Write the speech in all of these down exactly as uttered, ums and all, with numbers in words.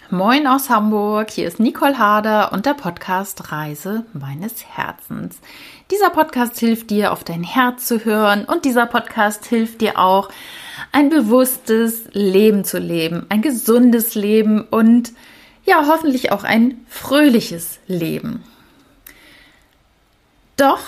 Moin aus Hamburg, hier ist Nicole Harder und der Podcast Reise meines Herzens. Dieser Podcast hilft dir, auf dein Herz zu hören und dieser Podcast hilft dir auch, ein bewusstes Leben zu leben, ein gesundes Leben und ja, hoffentlich auch ein fröhliches Leben. Doch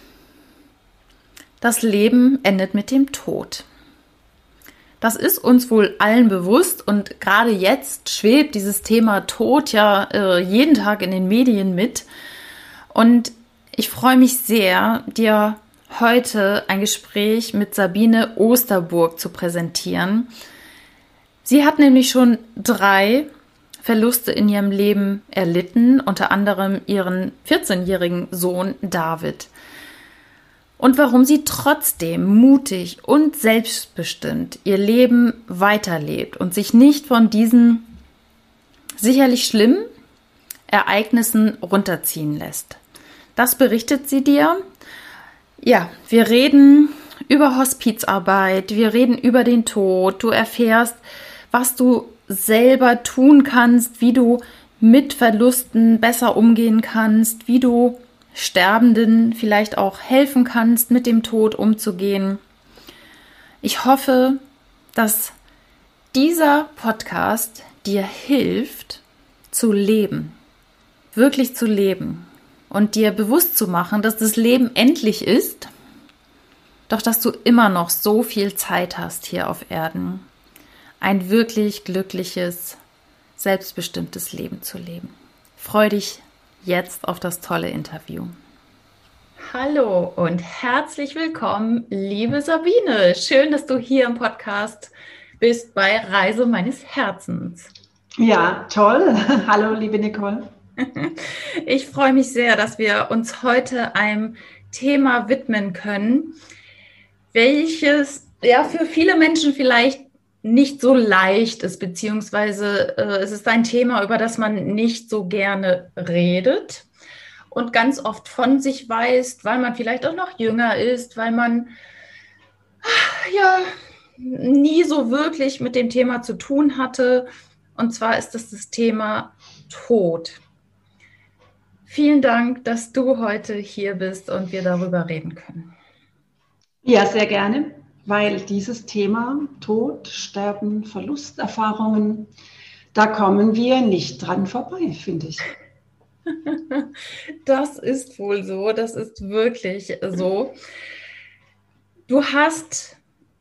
das Leben endet mit dem Tod. Das ist uns wohl allen bewusst und gerade jetzt schwebt dieses Thema Tod ja äh, jeden Tag in den Medien mit. Und ich freue mich sehr, dir heute ein Gespräch mit Sabine Osterburg zu präsentieren. Sie hat nämlich schon drei Verluste in ihrem Leben erlitten, unter anderem ihren vierzehnjährigen Sohn David. Und warum sie trotzdem mutig und selbstbestimmt ihr Leben weiterlebt und sich nicht von diesen sicherlich schlimmen Ereignissen runterziehen lässt. Das berichtet sie dir. Ja, wir reden über Hospizarbeit, wir reden über den Tod. Du erfährst, was du selber tun kannst, wie du mit Verlusten besser umgehen kannst, wie du Sterbenden vielleicht auch helfen kannst, mit dem Tod umzugehen. Ich hoffe, dass dieser Podcast dir hilft, zu leben, wirklich zu leben und dir bewusst zu machen, dass das Leben endlich ist, doch dass du immer noch so viel Zeit hast hier auf Erden, ein wirklich glückliches, selbstbestimmtes Leben zu leben. Freu dich jetzt auf das tolle Interview. Hallo und herzlich willkommen, liebe Sabine. Schön, dass du hier im Podcast bist bei Reise meines Herzens. Ja, toll. Hallo, liebe Nicole. Ich freue mich sehr, dass wir uns heute einem Thema widmen können, welches ja für viele Menschen vielleicht nicht so leicht ist, beziehungsweise äh, es ist ein Thema, über das man nicht so gerne redet und ganz oft von sich weist, weil man vielleicht auch noch jünger ist, weil man ja nie so wirklich mit dem Thema zu tun hatte. Und zwar ist das das Thema Tod. Vielen Dank, dass du heute hier bist und wir darüber reden können. Ja, sehr gerne. Weil dieses Thema Tod, Sterben, Verlusterfahrungen, da kommen wir nicht dran vorbei, finde ich. Das ist wohl so, das ist wirklich so. Du hast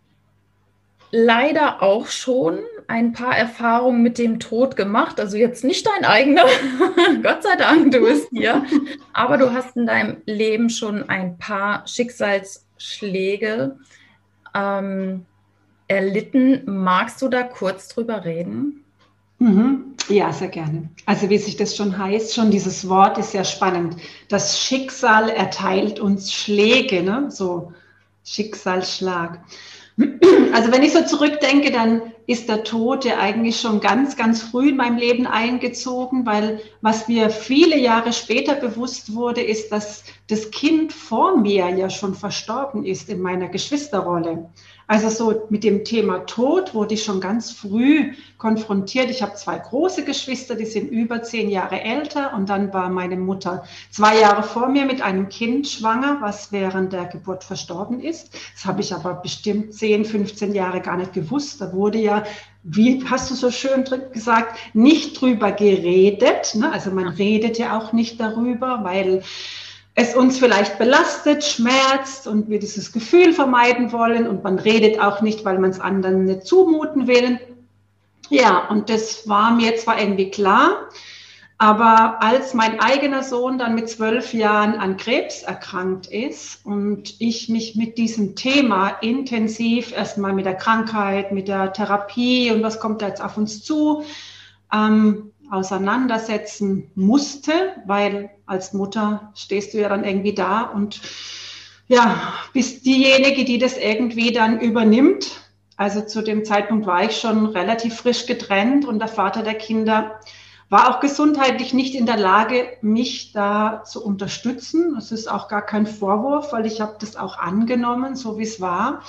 leider auch schon ein paar Erfahrungen mit dem Tod gemacht, also jetzt nicht dein eigener, Gott sei Dank, du bist hier, aber du hast in deinem Leben schon ein paar Schicksalsschläge Ähm, erlitten. Magst du da kurz drüber reden? Mhm. Ja, sehr gerne. Also wie sich das schon heißt, schon dieses Wort ist ja spannend. Das Schicksal erteilt uns Schläge, ne? So Schicksalsschlag. Also wenn ich so zurückdenke, dann ist der Tod ja eigentlich schon ganz, ganz früh in meinem Leben eingezogen, weil was mir viele Jahre später bewusst wurde, ist, dass das Kind vor mir ja schon verstorben ist in meiner Geschwisterrolle. Also so mit dem Thema Tod wurde ich schon ganz früh konfrontiert. Ich habe zwei große Geschwister, die sind über zehn Jahre älter und dann war meine Mutter zwei Jahre vor mir mit einem Kind schwanger, was während der Geburt verstorben ist. Das habe ich aber bestimmt zehn, fünfzehn Jahre gar nicht gewusst. Da wurde ja, wie hast du so schön gesagt, nicht drüber geredet. Ne? Also man redet ja auch nicht darüber, weil es uns vielleicht belastet, schmerzt und wir dieses Gefühl vermeiden wollen und man redet auch nicht, weil man es anderen nicht zumuten will. Ja, und das war mir zwar irgendwie klar, aber als mein eigener Sohn dann mit zwölf Jahren an Krebs erkrankt ist und ich mich mit diesem Thema intensiv erstmal mit der Krankheit, mit der Therapie und was kommt da jetzt auf uns zu, ähm, auseinandersetzen musste, weil als Mutter stehst du ja dann irgendwie da und ja, bist diejenige, die das irgendwie dann übernimmt. Also zu dem Zeitpunkt war ich schon relativ frisch getrennt und der Vater der Kinder war auch gesundheitlich nicht in der Lage, mich da zu unterstützen. Das ist auch gar kein Vorwurf, weil ich habe das auch angenommen, so wie es war.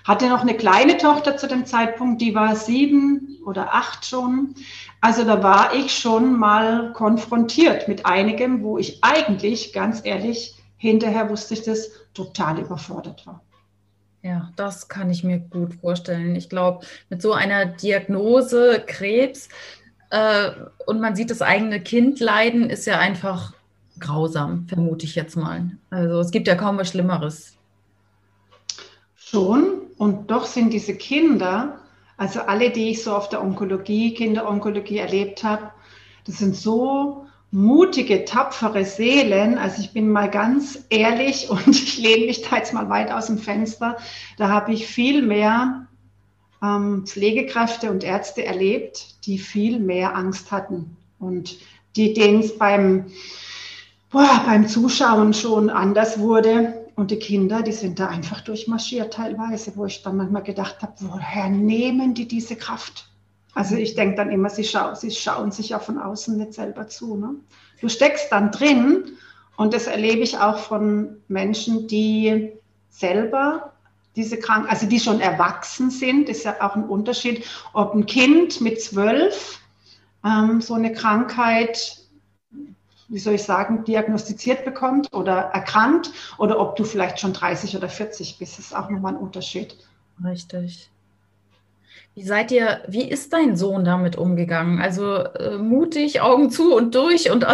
Hatte noch eine kleine Tochter zu dem Zeitpunkt, die war sieben oder acht schon. Also da war ich schon mal konfrontiert mit einigem, wo ich eigentlich, ganz ehrlich, hinterher wusste ich das, total überfordert war. Ja, das kann ich mir gut vorstellen. Ich glaube, mit so einer Diagnose Krebs äh, und man sieht das eigene Kind leiden, ist ja einfach grausam, vermute ich jetzt mal. Also es gibt ja kaum was Schlimmeres. Schon, und doch sind diese Kinder, also alle, die ich so auf der Onkologie, Kinderonkologie erlebt habe, das sind so mutige, tapfere Seelen. Also ich bin mal ganz ehrlich und ich lehne mich da jetzt mal weit aus dem Fenster. Da habe ich viel mehr ähm, Pflegekräfte und Ärzte erlebt, die viel mehr Angst hatten und die, denen es beim, boah, beim Zuschauen schon anders wurde. Und die Kinder, die sind da einfach durchmarschiert teilweise, wo ich dann manchmal gedacht habe, woher nehmen die diese Kraft? Also ich denke dann immer, sie, schau, sie schauen sich ja von außen nicht selber zu. Ne? Du steckst dann drin und das erlebe ich auch von Menschen, die selber diese Krankheit, also die schon erwachsen sind, ist ja auch ein Unterschied, ob ein Kind mit zwölf ähm, so eine Krankheit, wie soll ich sagen, diagnostiziert bekommt oder erkrankt oder ob du vielleicht schon dreißig oder vierzig bist, ist auch nochmal ein Unterschied. Richtig. Wie seid ihr, wie ist dein Sohn damit umgegangen? Also äh, mutig, Augen zu und durch und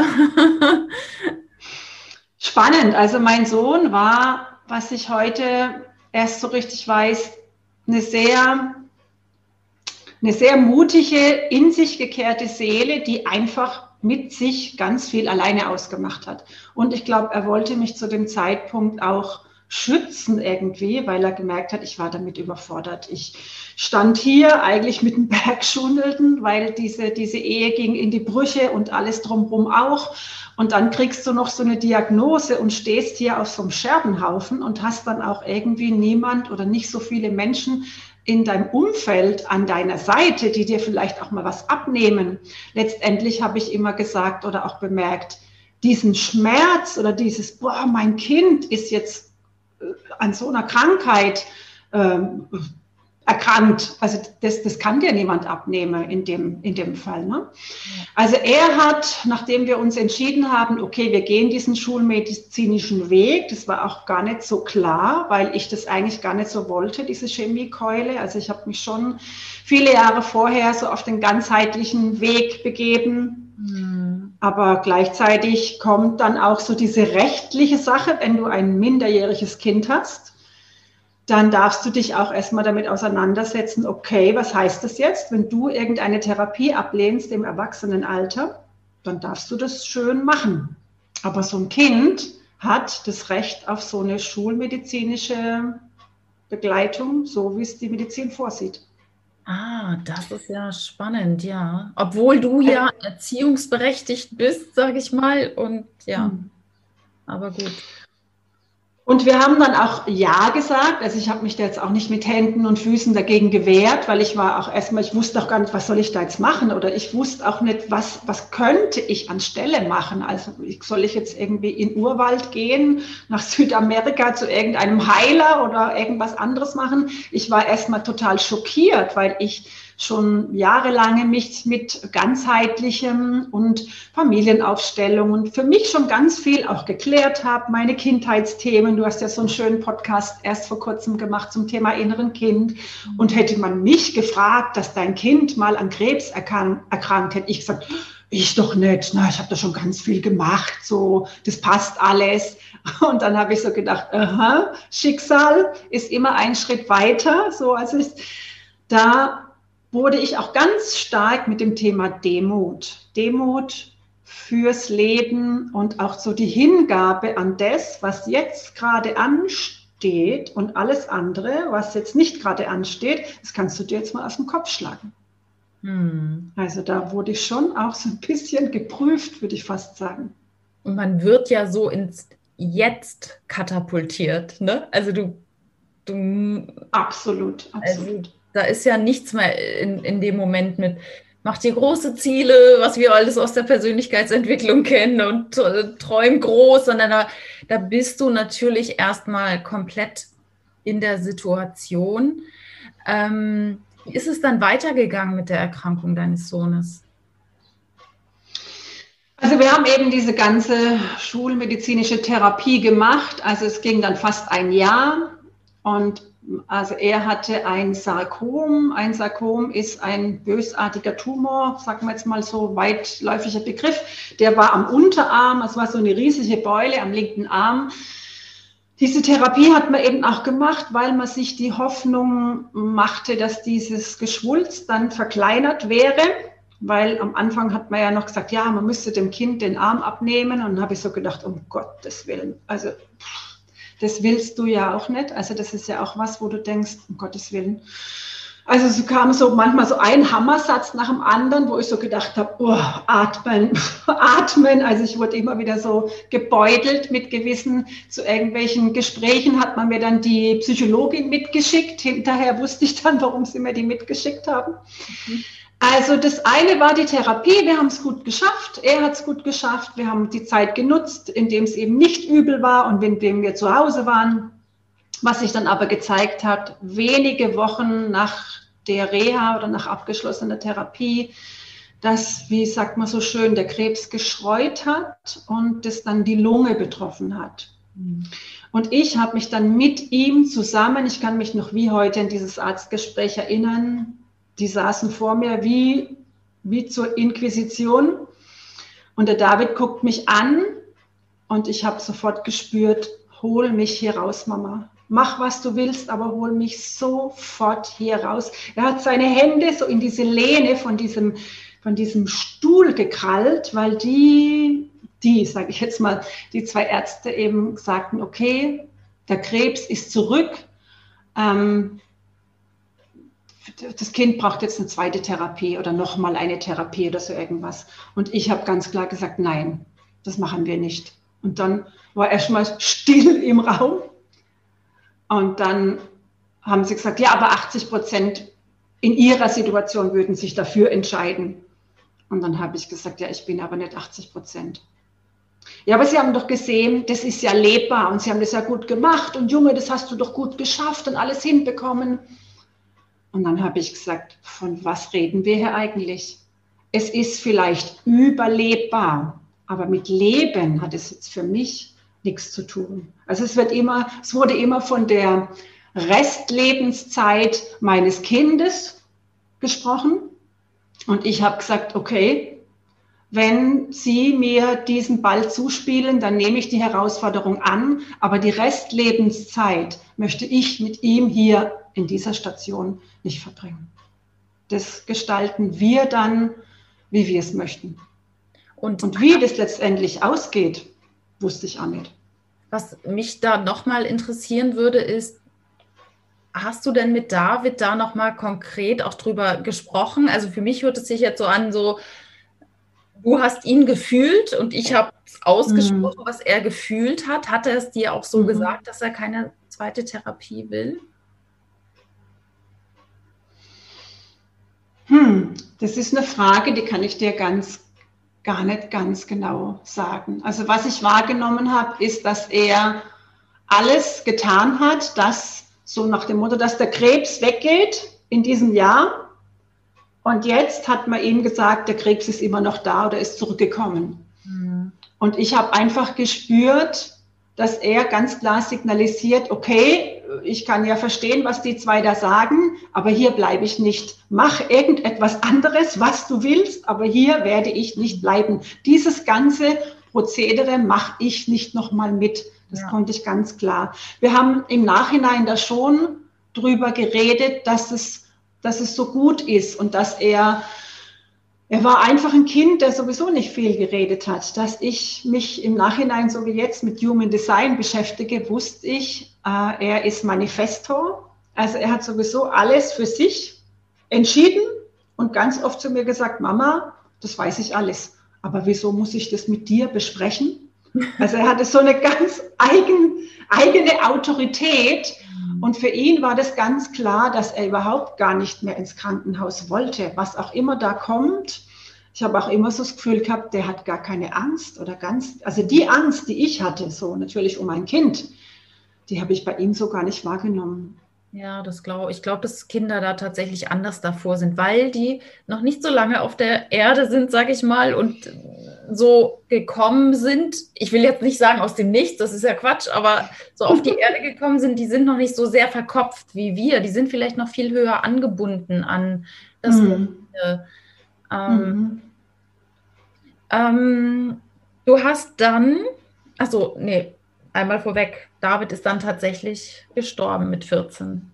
Spannend. Also mein Sohn war, was ich heute erst so richtig weiß, eine sehr, eine sehr mutige, in sich gekehrte Seele, die einfach mit sich ganz viel alleine ausgemacht hat. Und ich glaube, er wollte mich zu dem Zeitpunkt auch schützen irgendwie, weil er gemerkt hat, ich war damit überfordert. Ich stand hier eigentlich mit dem Bergschundelten, weil diese, diese Ehe ging in die Brüche und alles drumherum auch. Und dann kriegst du noch so eine Diagnose und stehst hier auf so einem Scherbenhaufen und hast dann auch irgendwie niemand oder nicht so viele Menschen in deinem Umfeld an deiner Seite, die dir vielleicht auch mal was abnehmen. Letztendlich habe ich immer gesagt oder auch bemerkt, diesen Schmerz oder dieses, boah, mein Kind ist jetzt an so einer Krankheit ähm, erkrankt. Also das, das kann dir niemand abnehmen in dem, in dem Fall. Ne? Also er hat, nachdem wir uns entschieden haben, okay, wir gehen diesen schulmedizinischen Weg, das war auch gar nicht so klar, weil ich das eigentlich gar nicht so wollte, diese Chemiekeule. Also ich habe mich schon viele Jahre vorher so auf den ganzheitlichen Weg begeben. Mhm. Aber gleichzeitig kommt dann auch so diese rechtliche Sache, wenn du ein minderjähriges Kind hast, dann darfst du dich auch erstmal damit auseinandersetzen, okay, was heißt das jetzt? Wenn du irgendeine Therapie ablehnst im Erwachsenenalter, dann darfst du das schön machen. Aber so ein Kind hat das Recht auf so eine schulmedizinische Begleitung, so wie es die Medizin vorsieht. Ah, das ist ja spannend, ja. Obwohl du ja erziehungsberechtigt bist, sage ich mal, und ja, hm. aber gut. Und wir haben dann auch Ja gesagt. Also ich habe mich da jetzt auch nicht mit Händen und Füßen dagegen gewehrt, weil ich war auch erstmal, ich wusste auch gar nicht, was soll ich da jetzt machen? Oder ich wusste auch nicht, was, was könnte ich anstelle machen? Also soll ich jetzt irgendwie in Urwald gehen, nach Südamerika zu irgendeinem Heiler oder irgendwas anderes machen? Ich war erstmal total schockiert, weil ich schon jahrelang mich mit ganzheitlichem und Familienaufstellungen für mich schon ganz viel auch geklärt habe, meine Kindheitsthemen. Du hast ja so einen schönen Podcast erst vor kurzem gemacht zum Thema inneren Kind. Und hätte man mich gefragt, dass dein Kind mal an Krebs erkrankt, erkrankt hätte ich gesagt, ich doch nicht. Na, ich habe da schon ganz viel gemacht. So, das passt alles. Und dann habe ich so gedacht, aha, Schicksal ist immer ein Schritt weiter. So, also ich, da wurde ich auch ganz stark mit dem Thema Demut. Demut fürs Leben und auch so die Hingabe an das, was jetzt gerade ansteht und alles andere, was jetzt nicht gerade ansteht, das kannst du dir jetzt mal aus dem Kopf schlagen. Hm. Also da wurde ich schon auch so ein bisschen geprüft, würde ich fast sagen. Und man wird ja so ins Jetzt katapultiert, ne? Also du... du absolut, absolut. Also da ist ja nichts mehr in, in dem Moment mit, mach dir große Ziele, was wir alles aus der Persönlichkeitsentwicklung kennen und äh, träum groß, sondern da, da bist du natürlich erstmal komplett in der Situation. Ähm, wie ist es dann weitergegangen mit der Erkrankung deines Sohnes? Also wir haben eben diese ganze schulmedizinische Therapie gemacht. Also es ging dann fast ein Jahr und also er hatte ein Sarkom. Ein Sarkom ist ein bösartiger Tumor, sagen wir jetzt mal so weitläufiger Begriff. Der war am Unterarm, es war so eine riesige Beule am linken Arm. Diese Therapie hat man eben auch gemacht, weil man sich die Hoffnung machte, dass dieses Geschwulst dann verkleinert wäre. Weil am Anfang hat man ja noch gesagt, ja, man müsste dem Kind den Arm abnehmen. Und dann habe ich so gedacht, um Gottes Willen, also das willst du ja auch nicht. Also das ist ja auch was, wo du denkst, um Gottes Willen. Also es kam so manchmal so ein Hammersatz nach dem anderen, wo ich so gedacht habe, oh, atmen, atmen. Also ich wurde immer wieder so gebeutelt mit gewissen, zu irgendwelchen Gesprächen hat man mir dann die Psychologin mitgeschickt. Hinterher wusste ich dann, warum sie mir die mitgeschickt haben. Mhm. Also das eine war die Therapie, wir haben es gut geschafft, er hat es gut geschafft, wir haben die Zeit genutzt, indem es eben nicht übel war und indem wir zu Hause waren. Was sich dann aber gezeigt hat, wenige Wochen nach der Reha oder nach abgeschlossener Therapie, dass, wie sagt man so schön, der Krebs geschreut hat und das dann die Lunge betroffen hat. Mhm. Und ich habe mich dann mit ihm zusammen, ich kann mich noch wie heute an dieses Arztgespräch erinnern, die saßen vor mir wie, wie zur Inquisition und der David guckt mich an und ich habe sofort gespürt, hol mich hier raus, Mama. Mach, was du willst, aber hol mich sofort hier raus. Er hat seine Hände so in diese Lehne von diesem, von diesem Stuhl gekrallt, weil die, die, sage ich jetzt mal, die zwei Ärzte eben sagten, okay, der Krebs ist zurück, ähm, das Kind braucht jetzt eine zweite Therapie oder nochmal eine Therapie oder so irgendwas. Und ich habe ganz klar gesagt, nein, das machen wir nicht. Und dann war erstmal still im Raum. Und dann haben sie gesagt, ja, aber achtzig Prozent in ihrer Situation würden sich dafür entscheiden. Und dann habe ich gesagt, ja, ich bin aber nicht achtzig Prozent. Ja, aber Sie haben doch gesehen, das ist ja lebbar und Sie haben das ja gut gemacht. Und Junge, das hast du doch gut geschafft und alles hinbekommen. Und dann habe ich gesagt, von was reden wir hier eigentlich? Es ist vielleicht überlebbar, aber mit Leben hat es jetzt für mich nichts zu tun. Also es wird immer, es wurde immer von der Restlebenszeit meines Kindes gesprochen. Und ich habe gesagt, okay, wenn Sie mir diesen Ball zuspielen, dann nehme ich die Herausforderung an, aber die Restlebenszeit möchte ich mit ihm hier in dieser Station nicht verbringen. Das gestalten wir dann, wie wir es möchten. Und, Und wie das letztendlich ausgeht, wusste ich auch nicht. Was mich da nochmal interessieren würde, ist, hast du denn mit David da nochmal konkret auch drüber gesprochen? Also für mich hört es sich jetzt so an, so, du hast ihn gefühlt und ich habe ausgesprochen, mhm. was er gefühlt hat. Hat er es dir auch so mhm. gesagt, dass er keine zweite Therapie will? Hm, das ist eine Frage, die kann ich dir ganz, gar nicht ganz genau sagen. Also was ich wahrgenommen habe, ist, dass er alles getan hat, dass so nach dem Motto, dass der Krebs weggeht in diesem Jahr. Und jetzt hat man ihm gesagt, der Krebs ist immer noch da oder ist zurückgekommen. Mhm. Und ich habe einfach gespürt, dass er ganz klar signalisiert, okay, ich kann ja verstehen, was die zwei da sagen, aber hier bleibe ich nicht. Mach irgendetwas anderes, was du willst, aber hier werde ich nicht bleiben. Dieses ganze Prozedere mache ich nicht nochmal mit. Das ja. konnte ich ganz klar. Wir haben im Nachhinein da schon drüber geredet, dass es, dass es so gut ist und dass er, er war einfach ein Kind, der sowieso nicht viel geredet hat. Dass ich mich im Nachhinein, so wie jetzt, mit Human Design beschäftige, wusste ich, äh, er ist Manifestor. Also er hat sowieso alles für sich entschieden und ganz oft zu mir gesagt, Mama, das weiß ich alles, aber wieso muss ich das mit dir besprechen? Also er hatte so eine ganz eigen, eigene Autorität und für ihn war das ganz klar, dass er überhaupt gar nicht mehr ins Krankenhaus wollte, was auch immer da kommt. Ich habe auch immer so das Gefühl gehabt, der hat gar keine Angst oder ganz, also die Angst, die ich hatte, so natürlich um mein Kind, die habe ich bei ihm so gar nicht wahrgenommen. Ja, das glaube ich. Ich glaube, dass Kinder da tatsächlich anders davor sind, weil die noch nicht so lange auf der Erde sind, sage ich mal, und so gekommen sind. Ich will jetzt nicht sagen aus dem Nichts, das ist ja Quatsch, aber so auf die Erde gekommen sind, die sind noch nicht so sehr verkopft wie wir. Die sind vielleicht noch viel höher angebunden an das Mhm. Leben. Ähm, Mhm. ähm, du hast dann, also nee, einmal vorweg, David ist dann tatsächlich gestorben mit vierzehn.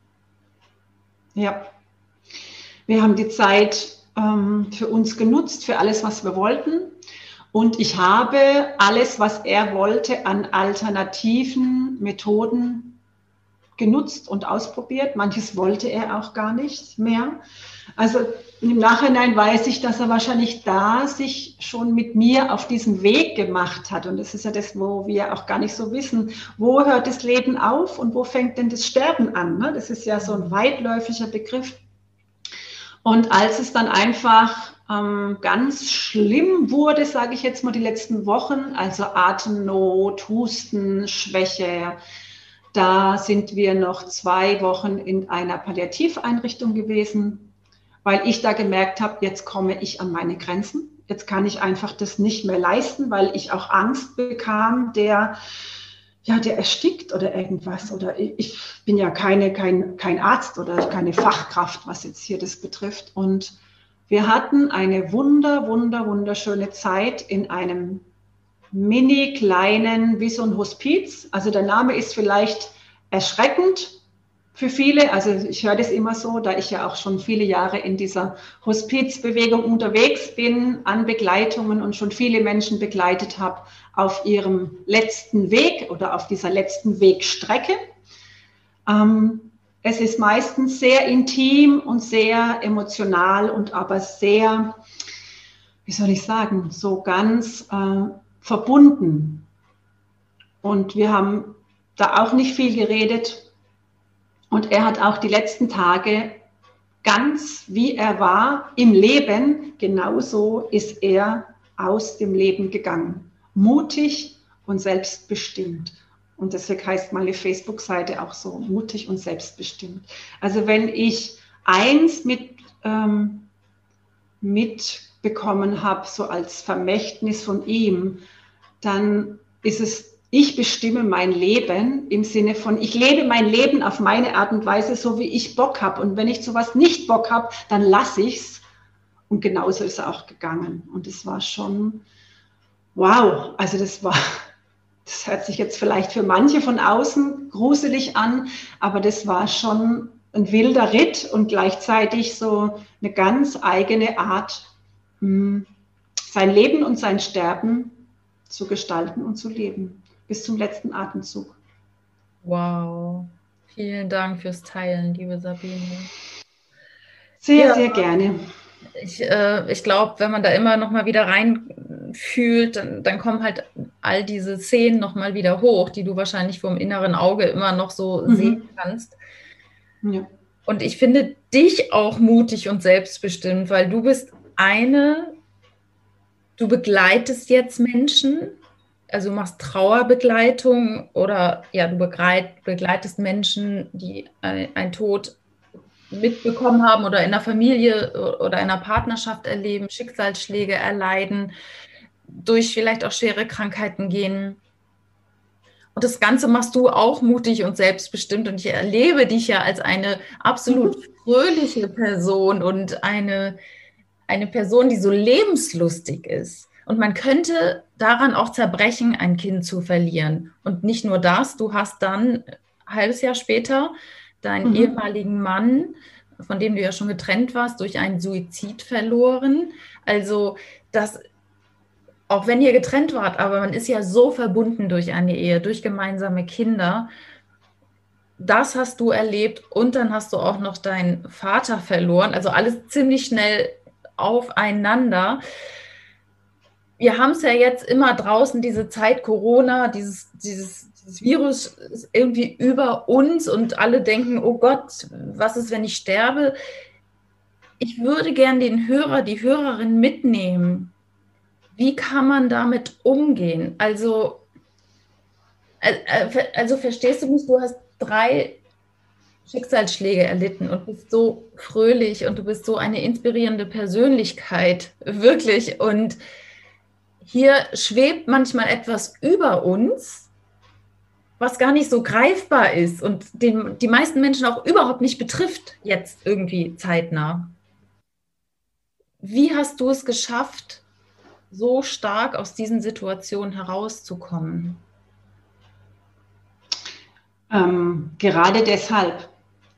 Ja, wir haben die Zeit ähm, für uns genutzt, für alles, was wir wollten. Und ich habe alles, was er wollte, an alternativen Methoden genutzt und ausprobiert. Manches wollte er auch gar nicht mehr. Also im Nachhinein weiß ich, dass er wahrscheinlich da sich schon mit mir auf diesen Weg gemacht hat. Und das ist ja das, wo wir auch gar nicht so wissen, wo hört das Leben auf und wo fängt denn das Sterben an? Ne? Das ist ja so ein weitläufiger Begriff. Und als es dann einfach ähm, ganz schlimm wurde, sage ich jetzt mal die letzten Wochen, also Atemnot, Husten, Schwäche, da sind wir noch zwei Wochen in einer Palliativeinrichtung gewesen, weil ich da gemerkt habe, jetzt komme ich an meine Grenzen. Jetzt kann ich einfach das nicht mehr leisten, weil ich auch Angst bekam, der ja, der erstickt oder irgendwas. Oder ich bin ja keine, kein, kein Arzt oder keine Fachkraft, was jetzt hier das betrifft. Und wir hatten eine wunder, wunder, wunderschöne Zeit in einem mini kleinen, wie so ein Hospiz. Also der Name ist vielleicht erschreckend für viele. Also ich höre das immer so, da ich ja auch schon viele Jahre in dieser Hospizbewegung unterwegs bin, an Begleitungen und schon viele Menschen begleitet habe auf ihrem letzten Weg oder auf dieser letzten Wegstrecke. Ähm, es ist meistens sehr intim und sehr emotional und aber sehr, wie soll ich sagen, so ganz äh, verbunden. Und wir haben da auch nicht viel geredet. Und er hat auch die letzten Tage ganz wie er war im Leben, genauso ist er aus dem Leben gegangen. Mutig und selbstbestimmt. Und deswegen heißt meine Facebook-Seite auch so, mutig und selbstbestimmt. Also wenn ich eins mit, ähm, mitbekommen habe, so als Vermächtnis von ihm, dann ist es, ich bestimme mein Leben im Sinne von, ich lebe mein Leben auf meine Art und Weise, so wie ich Bock habe. Und wenn ich zu was nicht Bock habe, dann lasse ich es. Und genauso ist er auch gegangen. Und es war schon, wow, also das war, das hört sich jetzt vielleicht für manche von außen gruselig an, aber das war schon ein wilder Ritt und gleichzeitig so eine ganz eigene Art, sein Leben und sein Sterben zu gestalten und zu leben, bis zum letzten Atemzug. Wow. Vielen Dank fürs Teilen, liebe Sabine. Sehr, Ja, sehr gerne. ich, äh, ich glaube, wenn man da immer noch mal wieder reinfühlt, dann, dann kommen halt all diese Szenen noch mal wieder hoch, die du wahrscheinlich vom inneren Auge immer noch so mhm. sehen kannst. Ja. Und ich finde dich auch mutig und selbstbestimmt, weil du bist eine, du begleitest jetzt Menschen, also du machst Trauerbegleitung oder ja, du begleit, begleitest Menschen, die ein, ein Tod mitbekommen haben oder in der Familie oder in einer Partnerschaft erleben, Schicksalsschläge erleiden, durch vielleicht auch schwere Krankheiten gehen. Und das Ganze machst du auch mutig und selbstbestimmt. Und ich erlebe dich ja als eine absolut fröhliche Person und eine, eine Person, die so lebenslustig ist. Und man könnte daran auch zerbrechen, ein Kind zu verlieren. Und nicht nur das, du hast dann ein halbes Jahr später deinen mhm. ehemaligen Mann, von dem du ja schon getrennt warst, durch einen Suizid verloren. Also das, auch wenn ihr getrennt wart, aber man ist ja so verbunden durch eine Ehe, durch gemeinsame Kinder. Das hast du erlebt und dann hast du auch noch deinen Vater verloren. Also alles ziemlich schnell aufeinander. Wir haben es ja jetzt immer draußen, diese Zeit Corona, dieses, dieses, dieses Virus ist irgendwie über uns und alle denken, oh Gott, was ist, wenn ich sterbe? Ich würde gern den Hörer, die Hörerin mitnehmen. Wie kann man damit umgehen? Also Also verstehst du mich, du hast drei Schicksalsschläge erlitten und bist so fröhlich und du bist so eine inspirierende Persönlichkeit, wirklich. Und hier schwebt manchmal etwas über uns, was gar nicht so greifbar ist und den, die meisten Menschen auch überhaupt nicht betrifft, jetzt irgendwie zeitnah. Wie hast du es geschafft, so stark aus diesen Situationen herauszukommen? Ähm, gerade deshalb,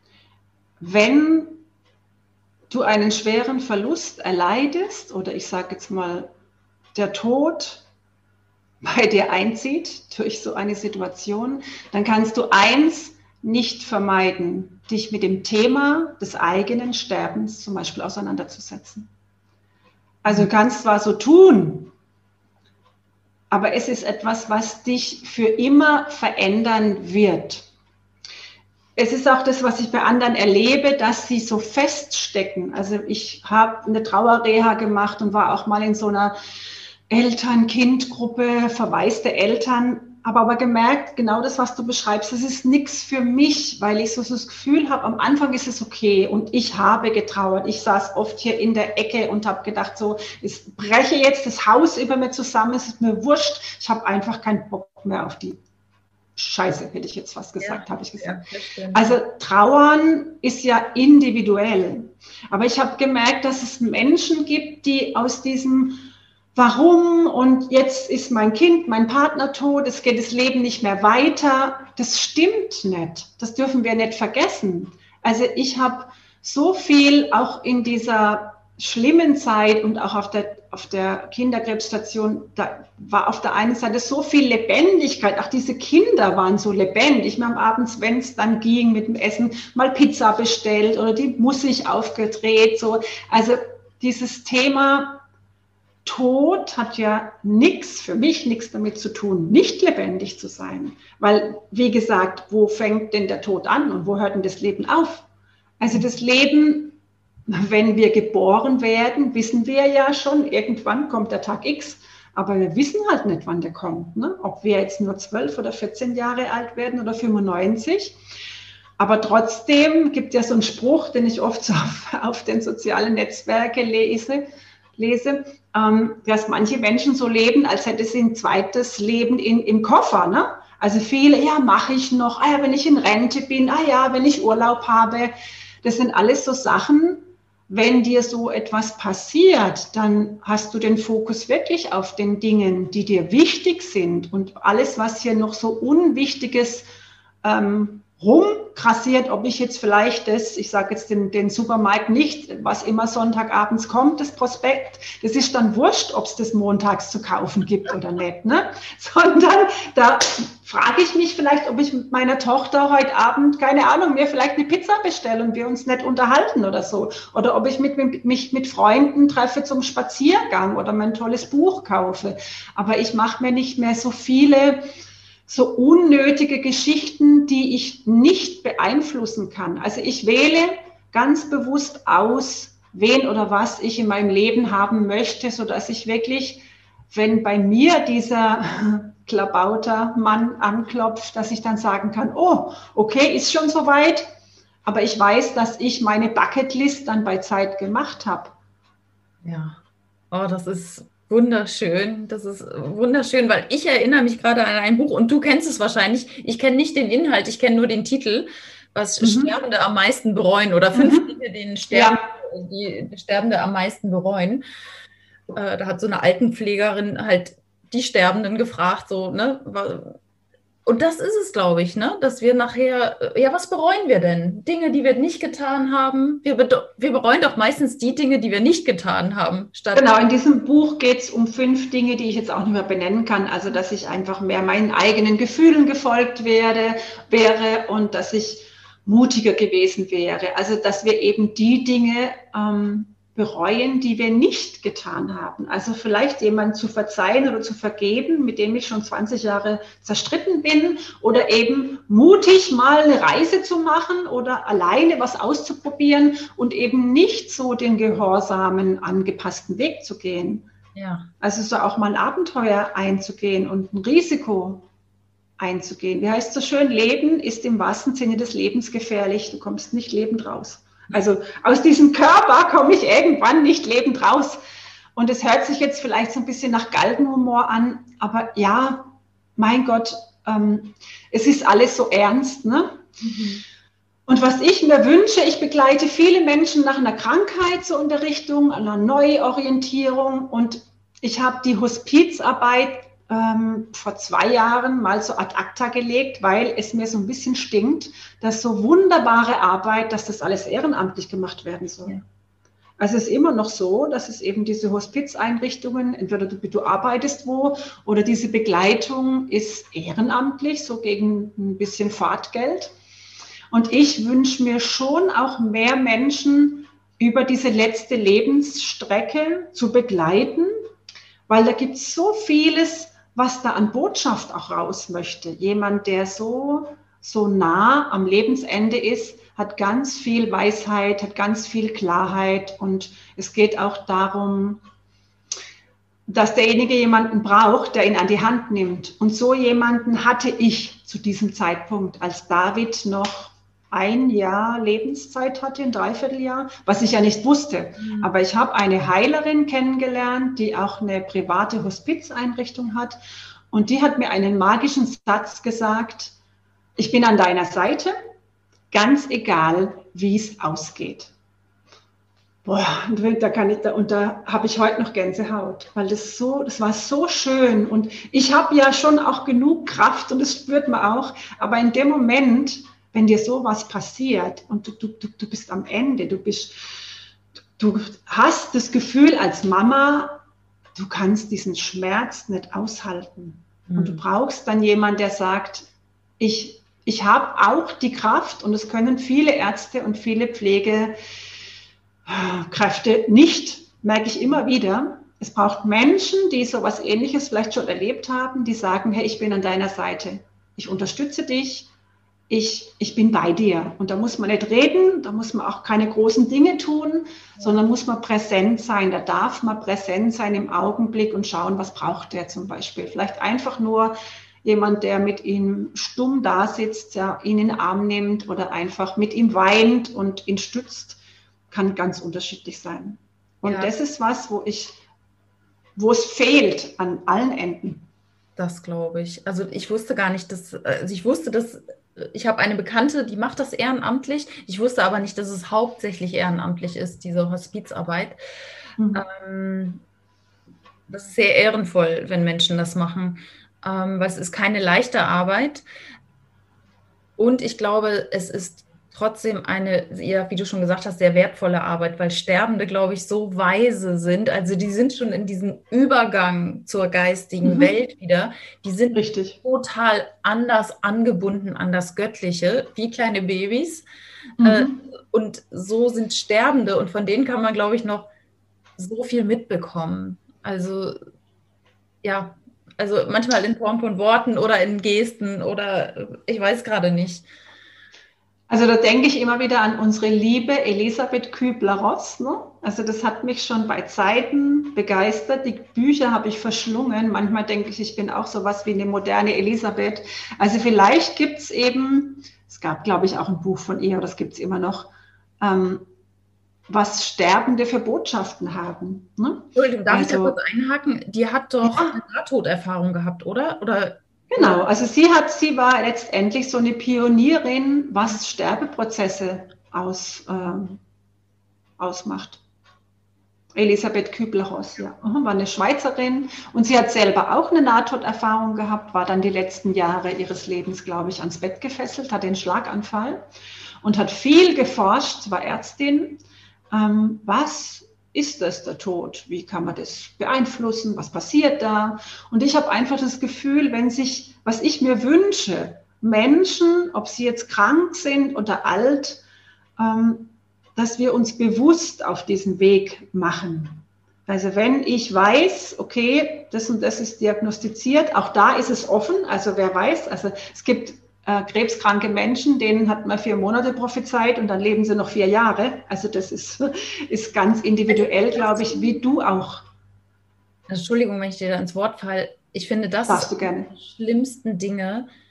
wenn du einen schweren Verlust erleidest oder ich sage jetzt mal, der Tod bei dir einzieht durch so eine Situation, dann kannst du eins nicht vermeiden, dich mit dem Thema des eigenen Sterbens zum Beispiel auseinanderzusetzen. Also du kannst zwar so tun, aber es ist etwas, was dich für immer verändern wird. Es ist auch das, was ich bei anderen erlebe, dass sie so feststecken. Also ich habe eine Trauerreha gemacht und war auch mal in so einer Eltern-Kind-Gruppe, verwaiste Eltern, habe aber gemerkt, genau das, was du beschreibst, das ist nichts für mich, weil ich so, so das Gefühl habe, am Anfang ist es okay und ich habe getrauert. Ich saß oft hier in der Ecke und habe gedacht, so, ich breche jetzt das Haus über mir zusammen, es ist mir wurscht, ich habe einfach keinen Bock mehr auf die Scheiße, hätte ich jetzt fast gesagt, ja, habe ich gesagt. Ja, also Trauern ist ja individuell, aber ich habe gemerkt, dass es Menschen gibt, die aus diesem Warum und jetzt ist mein Kind, mein Partner tot, es geht das Leben nicht mehr weiter. Das stimmt nicht. Das dürfen wir nicht vergessen. Also ich habe so viel auch in dieser schlimmen Zeit und auch auf der, auf der Kinderkrebsstation, da war auf der einen Seite so viel Lebendigkeit. Auch diese Kinder waren so lebendig. Wir haben abends, wenn es dann ging mit dem Essen, mal Pizza bestellt oder die Musik aufgedreht. So. Also dieses Thema Tod hat ja nichts, für mich nichts damit zu tun, nicht lebendig zu sein. Weil, wie gesagt, wo fängt denn der Tod an und wo hört denn das Leben auf? Also das Leben, wenn wir geboren werden, wissen wir ja schon, irgendwann kommt der Tag X, aber wir wissen halt nicht, wann der kommt. Ne? Ob wir jetzt nur zwölf oder vierzehn Jahre alt werden oder fünfundneunzig. Aber trotzdem gibt es ja so einen Spruch, den ich oft so auf, auf den sozialen Netzwerken lese, lese, ähm, dass manche Menschen so leben, als hätte sie ein zweites Leben in, im Koffer. Ne? Also viele, ja, mache ich noch, ah ja, wenn ich in Rente bin, ah ja, wenn ich Urlaub habe. Das sind alles so Sachen, wenn dir so etwas passiert, dann hast du den Fokus wirklich auf den Dingen, die dir wichtig sind. Und alles, was hier noch so Unwichtiges ähm, rumkrassiert, ob ich jetzt vielleicht das, ich sage jetzt den, den Supermarkt nicht, was immer Sonntagabends kommt, das Prospekt, das ist dann wurscht, ob es das montags zu kaufen gibt oder nicht, ne? Sondern da frage ich mich vielleicht, ob ich mit meiner Tochter heute Abend, keine Ahnung, mir vielleicht eine Pizza bestelle und wir uns nicht unterhalten oder so. Oder ob ich mit, mit, mich mit Freunden treffe zum Spaziergang oder mein tolles Buch kaufe. Aber ich mache mir nicht mehr so viele so unnötige Geschichten, die ich nicht beeinflussen kann. Also ich wähle ganz bewusst aus, wen oder was ich in meinem Leben haben möchte, sodass ich wirklich, wenn bei mir dieser Klabautermann anklopft, dass ich dann sagen kann, oh, okay, ist schon soweit, aber ich weiß, dass ich meine Bucketlist dann bei Zeit gemacht habe. Ja, oh, das ist wunderschön, das ist wunderschön, weil ich erinnere mich gerade an ein Buch und du kennst es wahrscheinlich. Ich kenne nicht den Inhalt, ich kenne nur den Titel, was mhm. Sterbende am meisten bereuen oder fünf mhm. Dinge, denen Sterben, ja. die Sterbende am meisten bereuen. Äh, da hat so eine Altenpflegerin halt die Sterbenden gefragt, so, ne? Und das ist es, glaube ich, ne? Dass wir nachher, ja, was bereuen wir denn? Dinge, die wir nicht getan haben. Wir, wir bereuen doch meistens die Dinge, die wir nicht getan haben. Statt genau, in diesem Buch geht es um fünf Dinge, die ich jetzt auch nicht mehr benennen kann. Also, dass ich einfach mehr meinen eigenen Gefühlen gefolgt werde, wäre und dass ich mutiger gewesen wäre. Also, dass wir eben die Dinge ähm, bereuen, die wir nicht getan haben. Also vielleicht jemanden zu verzeihen oder zu vergeben, mit dem ich schon zwanzig Jahre zerstritten bin, oder eben mutig mal eine Reise zu machen oder alleine was auszuprobieren und eben nicht so den gehorsamen, angepassten Weg zu gehen. Ja. Also so auch mal ein Abenteuer einzugehen und ein Risiko. einzugehen. Wie heißt so schön, Leben ist im wahrsten Sinne des Lebens gefährlich. Du kommst nicht lebend raus. Also aus diesem Körper komme ich irgendwann nicht lebend raus. Und es hört sich jetzt vielleicht so ein bisschen nach Galgenhumor an, aber ja, mein Gott, ähm, es ist alles so ernst, ne? Mhm. Und was ich mir wünsche, ich begleite viele Menschen nach einer Krankheit so in der Richtung, einer Neuorientierung. Und ich habe die Hospizarbeit ähm, vor zwei Jahren mal so ad acta gelegt, weil es mir so ein bisschen stinkt, dass so wunderbare Arbeit, dass das alles ehrenamtlich gemacht werden soll. Ja. Also es ist immer noch so, dass es eben diese Hospizeinrichtungen, entweder du, du arbeitest wo oder diese Begleitung ist ehrenamtlich, so gegen ein bisschen Fahrtgeld. Und ich wünsche mir schon auch mehr Menschen über diese letzte Lebensstrecke zu begleiten, weil da gibt es so vieles, was da an Botschaft auch raus möchte. Jemand, der so, so nah am Lebensende ist, hat ganz viel Weisheit, hat ganz viel Klarheit und es geht auch darum, dass derjenige jemanden braucht, der ihn an die Hand nimmt. Und so jemanden hatte ich zu diesem Zeitpunkt, als David noch ein Jahr Lebenszeit hatte, ein Dreivierteljahr, was ich ja nicht wusste. Mhm. Aber ich habe eine Heilerin kennengelernt, die auch eine private Hospizeinrichtung hat. Und die hat mir einen magischen Satz gesagt: Ich bin an deiner Seite, ganz egal, wie es ausgeht. Boah, und da kann ich da, und da habe ich heute noch Gänsehaut, weil das so, das war so schön. Und ich habe ja schon auch genug Kraft und das spürt man auch. Aber in dem Moment, wenn dir sowas passiert und du, du, du, du bist am Ende, du bist, du hast das Gefühl als Mama, du kannst diesen Schmerz nicht aushalten. Mhm. Und du brauchst dann jemanden, der sagt, ich Ich habe auch die Kraft, und es können viele Ärzte und viele Pflegekräfte nicht, merke ich immer wieder. Es braucht Menschen, die so etwas Ähnliches vielleicht schon erlebt haben, die sagen, hey, ich bin an deiner Seite. Ich unterstütze dich. Ich, ich bin bei dir. Und da muss man nicht reden, da muss man auch keine großen Dinge tun, sondern muss man präsent sein. Da darf man präsent sein im Augenblick und schauen, was braucht der zum Beispiel. Vielleicht einfach nur jemand, der mit ihm stumm da sitzt, ja, ihn in den Arm nimmt oder einfach mit ihm weint und ihn stützt, kann ganz unterschiedlich sein. Und ja, das ist was, wo ich, wo es fehlt an allen Enden. Das glaube ich. Also ich wusste gar nicht, dass, also ich wusste, dass, ich habe eine Bekannte, die macht das ehrenamtlich. Ich wusste aber nicht, dass es hauptsächlich ehrenamtlich ist, diese Hospizarbeit. Mhm. Ähm, das ist sehr ehrenvoll, wenn Menschen das machen. Ähm, weil es ist keine leichte Arbeit und ich glaube, es ist trotzdem eine, ja, wie du schon gesagt hast, sehr wertvolle Arbeit, weil Sterbende, glaube ich, so weise sind, also die sind schon in diesem Übergang zur geistigen mhm. Welt wieder, die sind Richtig. total anders angebunden an das Göttliche, wie kleine Babys mhm. äh, und so sind Sterbende und von denen kann man, glaube ich, noch so viel mitbekommen, also ja, also manchmal in Form von Worten oder in Gesten oder ich weiß gerade nicht. Also da denke ich immer wieder an unsere liebe Elisabeth Kübler-Ross. Ne? Also das hat mich schon bei Zeiten begeistert. Die Bücher habe ich verschlungen. Manchmal denke ich, ich bin auch sowas wie eine moderne Elisabeth. Also vielleicht gibt es eben, es gab, glaube ich, auch ein Buch von ihr, oder das gibt es immer noch, ähm, was Sterbende für Botschaften haben. Ne? Entschuldigung, darf also, ich da kurz einhaken? Die hat doch ja. eine Nahtoderfahrung gehabt, oder? Oder? Genau, also sie hat, sie war letztendlich so eine Pionierin, was Sterbeprozesse aus, äh, ausmacht. Elisabeth Kübler-Ross, ja, war eine Schweizerin und sie hat selber auch eine Nahtoderfahrung gehabt, war dann die letzten Jahre ihres Lebens, glaube ich, ans Bett gefesselt, hat den Schlaganfall und hat viel geforscht, war Ärztin. Ähm, was ist das, der Tod? Wie kann man das beeinflussen? Was passiert da? Und ich habe einfach das Gefühl, wenn sich, was ich mir wünsche, Menschen, ob sie jetzt krank sind oder alt, ähm, dass wir uns bewusst auf diesen Weg machen. Also wenn ich weiß, okay, das und das ist diagnostiziert, auch da ist es offen, also wer weiß, also es gibt äh, krebskranke Menschen, denen hat man vier Monate prophezeit und dann leben sie noch vier Jahre. Also das ist, ist ganz individuell, glaube ich, wie du auch. Entschuldigung, wenn ich dir da ins Wort falle. Ich finde, das Darfst ist eine der schlimmsten Dinge,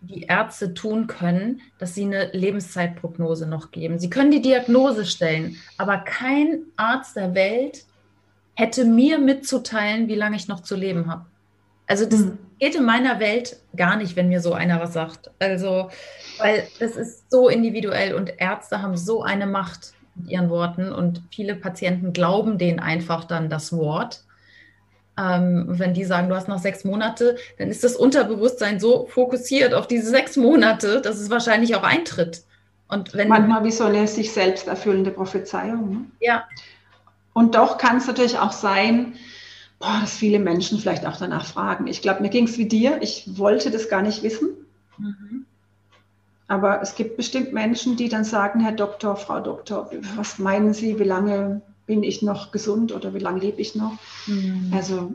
die Ärzte tun können, dass sie eine Lebenszeitprognose noch geben. Sie können die Diagnose stellen, aber kein Arzt der Welt hätte mir mitzuteilen, wie lange ich noch zu leben habe. Also das hm. geht in meiner Welt gar nicht, wenn mir so einer was sagt. Also, weil das ist so individuell und Ärzte haben so eine Macht mit ihren Worten und viele Patienten glauben denen einfach dann das Wort. Ähm, wenn die sagen, du hast noch sechs Monate, dann ist das Unterbewusstsein so fokussiert auf diese sechs Monate, dass es wahrscheinlich auch eintritt. Und wenn, manchmal wie so eine sich selbst erfüllende Prophezeiung. Ne? Ja. Und doch kann es natürlich auch sein, boah, dass viele Menschen vielleicht auch danach fragen. Ich glaube, mir ging es wie dir. Ich wollte das gar nicht wissen. Mhm. Aber es gibt bestimmt Menschen, die dann sagen, Herr Doktor, Frau Doktor, was meinen Sie, wie lange bin ich noch gesund oder wie lange lebe ich noch? Mhm. Also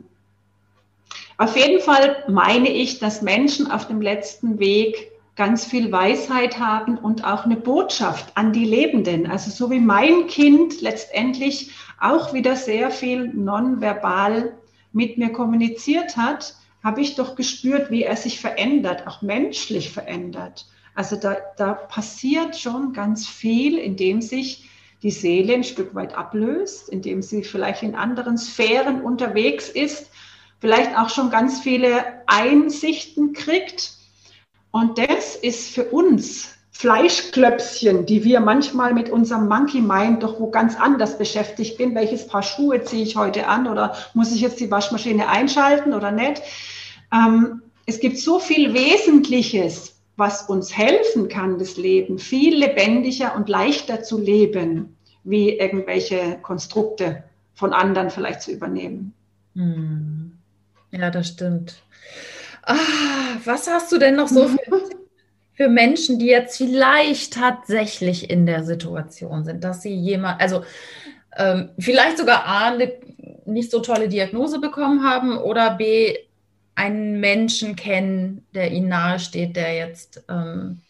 auf jeden Fall meine ich, dass Menschen auf dem letzten Weg ganz viel Weisheit haben und auch eine Botschaft an die Lebenden. Also so wie mein Kind letztendlich auch wieder sehr viel nonverbal mit mir kommuniziert hat, habe ich doch gespürt, wie er sich verändert, auch menschlich verändert. Also da, da passiert schon ganz viel, indem sich die Seele ein Stück weit ablöst, indem sie vielleicht in anderen Sphären unterwegs ist, vielleicht auch schon ganz viele Einsichten kriegt. Und das ist für uns Fleischklöpschen, die wir manchmal mit unserem Monkey Mind doch wo ganz anders beschäftigt bin. Welches Paar Schuhe ziehe ich heute an oder muss ich jetzt die Waschmaschine einschalten oder nicht? Ähm, es gibt so viel Wesentliches, was uns helfen kann, das Leben viel lebendiger und leichter zu leben, wie irgendwelche Konstrukte von anderen vielleicht zu übernehmen. Hm. Ja, das stimmt. Ah, was hast du denn noch so für, für Menschen, die jetzt vielleicht tatsächlich in der Situation sind, dass sie jemand, also ähm, vielleicht sogar A, eine nicht so tolle Diagnose bekommen haben oder B, einen Menschen kennen, der ihnen nahesteht, der jetzt ähm,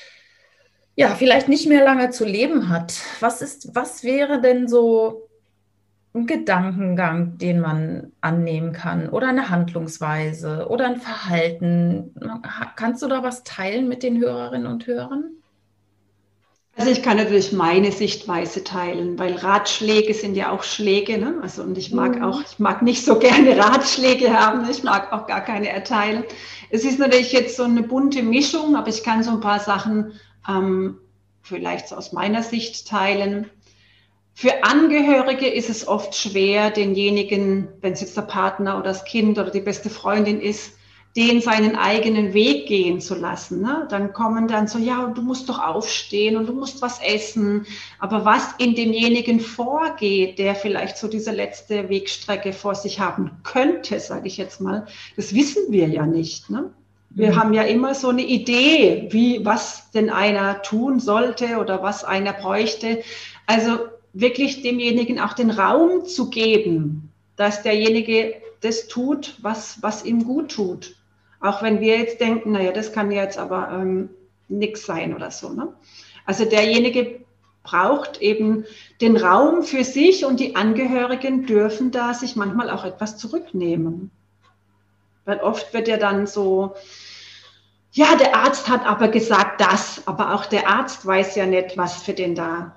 ja vielleicht nicht mehr lange zu leben hat. Was ist, was wäre denn so ein Gedankengang, den man annehmen kann oder eine Handlungsweise oder ein Verhalten? Kannst du da was teilen mit den Hörerinnen und Hörern? Also ich kann natürlich meine Sichtweise teilen, weil Ratschläge sind ja auch Schläge, ne? Also und ich mag auch, ich mag nicht so gerne Ratschläge haben, ich mag auch gar keine erteilen. Es ist natürlich jetzt so eine bunte Mischung, aber ich kann so ein paar Sachen ähm, vielleicht so aus meiner Sicht teilen. Für Angehörige ist es oft schwer, denjenigen, wenn es jetzt der Partner oder das Kind oder die beste Freundin ist, den seinen eigenen Weg gehen zu lassen. Ne? Dann kommen dann so, ja, du musst doch aufstehen und du musst was essen. Aber was in demjenigen vorgeht, der vielleicht so diese letzte Wegstrecke vor sich haben könnte, sage ich jetzt mal, das wissen wir ja nicht. Ne? Wir mhm. haben ja immer so eine Idee, wie was denn einer tun sollte oder was einer bräuchte. Also wirklich demjenigen auch den Raum zu geben, dass derjenige das tut, was, was ihm gut tut. Auch wenn wir jetzt denken, naja, das kann jetzt aber ähm, nichts sein oder so. Ne? Also derjenige braucht eben den Raum für sich und die Angehörigen dürfen da sich manchmal auch etwas zurücknehmen. Weil oft wird ja dann so, ja, der Arzt hat aber gesagt das, aber auch der Arzt weiß ja nicht, was für den da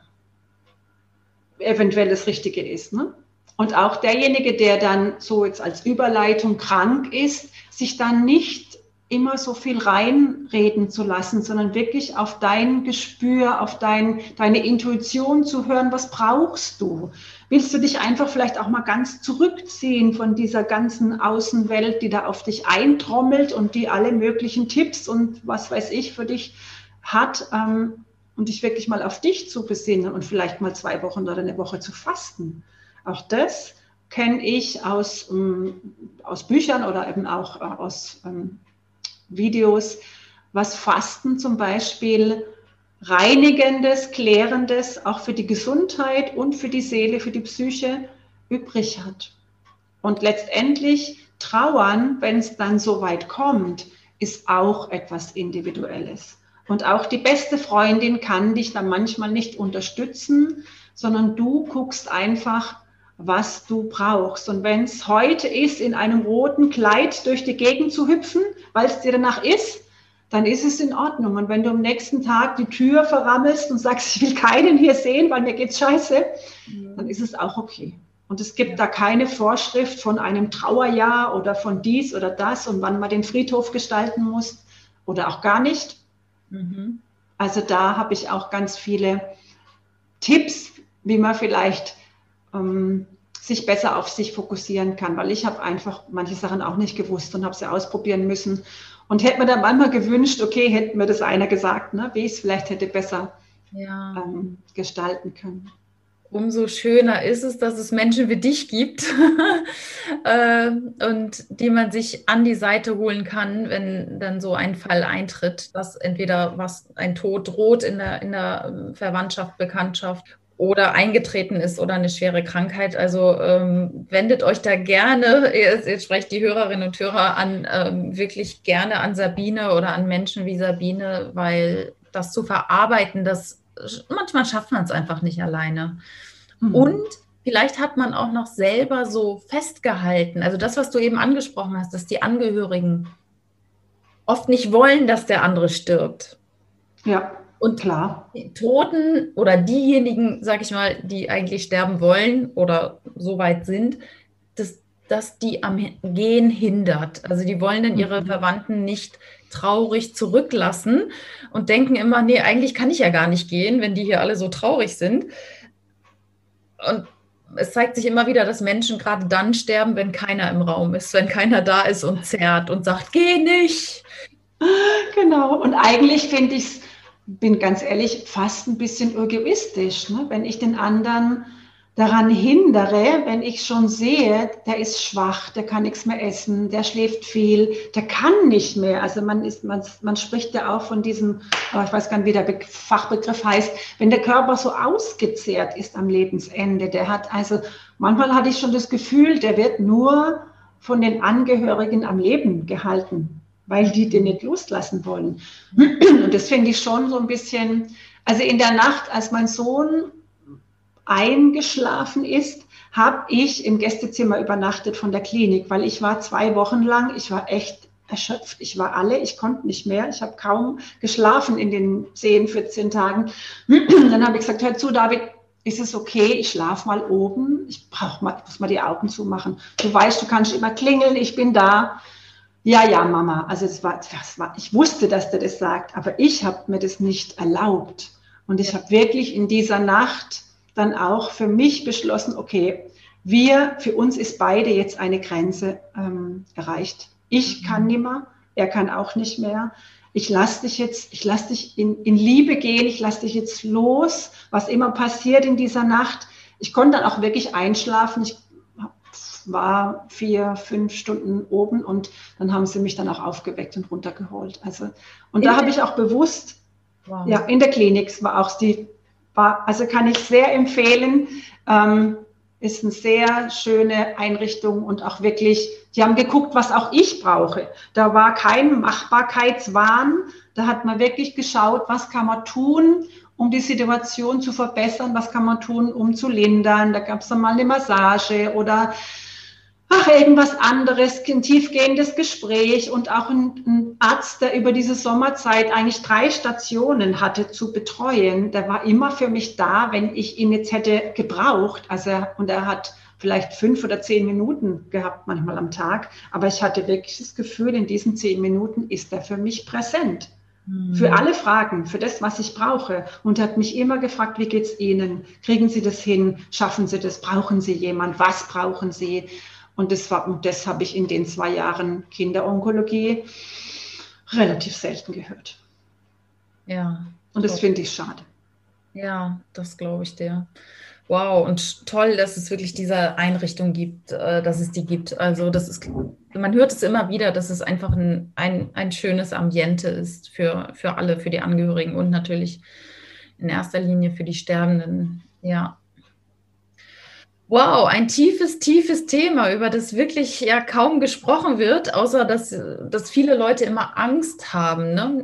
eventuell das Richtige ist. Ne? Und auch derjenige, der dann so jetzt als Überleitung krank ist, sich dann nicht immer so viel reinreden zu lassen, sondern wirklich auf dein Gespür, auf dein, deine Intuition zu hören, was brauchst du? Willst du dich einfach vielleicht auch mal ganz zurückziehen von dieser ganzen Außenwelt, die da auf dich eintrommelt und die alle möglichen Tipps und was weiß ich für dich hat, ähm, und dich wirklich mal auf dich zu besinnen und vielleicht mal zwei Wochen oder eine Woche zu fasten. Auch das kenne ich aus, ähm, aus Büchern oder eben auch äh, aus ähm, Videos, was Fasten zum Beispiel reinigendes, klärendes, auch für die Gesundheit und für die Seele, für die Psyche übrig hat. Und letztendlich Trauern, wenn es dann so weit kommt, ist auch etwas Individuelles. Und auch die beste Freundin kann dich dann manchmal nicht unterstützen, sondern du guckst einfach, was du brauchst. Und wenn es heute ist, in einem roten Kleid durch die Gegend zu hüpfen, weil es dir danach ist, dann ist es in Ordnung. Und wenn du am nächsten Tag die Tür verrammelst und sagst, ich will keinen hier sehen, weil mir geht's scheiße, mhm. dann ist es auch okay. Und es gibt ja. da keine Vorschrift von einem Trauerjahr oder von dies oder das und wann man den Friedhof gestalten muss oder auch gar nicht. Mhm. Also da habe ich auch ganz viele Tipps, wie man vielleicht ähm, sich besser auf sich fokussieren kann, weil ich habe einfach manche Sachen auch nicht gewusst und habe sie ausprobieren müssen und hätte mir dann manchmal gewünscht, okay, hätte mir das einer gesagt, ne, wie ich es vielleicht hätte besser ja. ähm, gestalten können. Umso schöner ist es, dass es Menschen wie dich gibt äh, und die man sich an die Seite holen kann, wenn dann so ein Fall eintritt, dass entweder was ein Tod droht in der, in der Verwandtschaft, Bekanntschaft oder eingetreten ist oder eine schwere Krankheit. Also ähm, wendet euch da gerne, jetzt, jetzt sprecht die Hörerinnen und Hörer an, ähm, wirklich gerne an Sabine oder an Menschen wie Sabine, weil das zu verarbeiten, das manchmal schafft man es einfach nicht alleine. Mhm. Und vielleicht hat man auch noch selber so festgehalten, also das, was du eben angesprochen hast, dass die Angehörigen oft nicht wollen, dass der andere stirbt. Ja, und klar. Die Toten oder diejenigen, sag ich mal, die eigentlich sterben wollen oder so weit sind, dass, dass die am Gehen hindert. Also die wollen dann ihre mhm. Verwandten nicht traurig zurücklassen und denken immer, nee, eigentlich kann ich ja gar nicht gehen, wenn die hier alle so traurig sind. Und es zeigt sich immer wieder, dass Menschen gerade dann sterben, wenn keiner im Raum ist, wenn keiner da ist und zerrt und sagt, geh nicht. Genau, und eigentlich finde ich es, bin ganz ehrlich, fast ein bisschen egoistisch, ne? Wenn ich den anderen daran hindere, wenn ich schon sehe, der ist schwach, der kann nichts mehr essen, der schläft viel, der kann nicht mehr. Also man ist, man, man spricht ja auch von diesem, oh, ich weiß gar nicht, wie der Be- Fachbegriff heißt, wenn der Körper so ausgezehrt ist am Lebensende, der hat also, manchmal hatte ich schon das Gefühl, der wird nur von den Angehörigen am Leben gehalten, weil die den nicht loslassen wollen. Und das finde ich schon so ein bisschen, also in der Nacht, als mein Sohn eingeschlafen ist, habe ich im Gästezimmer übernachtet von der Klinik, weil ich war zwei Wochen lang, ich war echt erschöpft, ich war alle, ich konnte nicht mehr, ich habe kaum geschlafen in den zehn, vierzehn Tagen. Dann habe ich gesagt, hör zu, David, ist es okay, ich schlafe mal oben, ich brauche mal, muss mal die Augen zumachen. Du weißt, du kannst immer klingeln, ich bin da. Ja, ja, Mama, also es war, das war, ich wusste, dass der das sagt, aber ich habe mir das nicht erlaubt. Und ich habe wirklich in dieser Nacht dann auch für mich beschlossen, okay, wir, für uns ist beide jetzt eine Grenze ähm, erreicht. Ich kann nicht mehr, er kann auch nicht mehr. Ich lasse dich jetzt, ich lasse dich in, in Liebe gehen, ich lasse dich jetzt los, was immer passiert in dieser Nacht. Ich konnte dann auch wirklich einschlafen. Ich war vier, fünf Stunden oben und dann haben sie mich dann auch aufgeweckt und runtergeholt. Also, und in da habe ich auch bewusst, wow. ja, in der Klinik war auch die, war, also kann ich sehr empfehlen, ähm, ist eine sehr schöne Einrichtung und auch wirklich, die haben geguckt, was auch ich brauche. Da war kein Machbarkeitswahn, da hat man wirklich geschaut, was kann man tun, um die Situation zu verbessern, was kann man tun, um zu lindern. Da gab es dann mal eine Massage oder ach, irgendwas anderes, ein tiefgehendes Gespräch und auch ein, ein Arzt, der über diese Sommerzeit eigentlich drei Stationen hatte zu betreuen, der war immer für mich da, wenn ich ihn jetzt hätte gebraucht. Also, und er hat vielleicht fünf oder zehn Minuten gehabt, manchmal am Tag, aber ich hatte wirklich das Gefühl, in diesen zehn Minuten ist er für mich präsent. Mhm. Für alle Fragen, für das, was ich brauche. Und er hat mich immer gefragt, wie geht's Ihnen? Kriegen Sie das hin? Schaffen Sie das? Brauchen Sie jemand? Was brauchen Sie? Und das, war, das habe ich in den zwei Jahren Kinderonkologie relativ selten gehört. Ja. Und das finde ich schade. Ja, das glaube ich dir. Wow, und toll, dass es wirklich diese Einrichtung gibt, äh, dass es die gibt. Also das ist, man hört es immer wieder, dass es einfach ein, ein, ein schönes Ambiente ist für, für alle, für die Angehörigen und natürlich in erster Linie für die Sterbenden. Ja. Wow, ein tiefes, tiefes Thema, über das wirklich ja kaum gesprochen wird, außer dass, dass viele Leute immer Angst haben. Ne?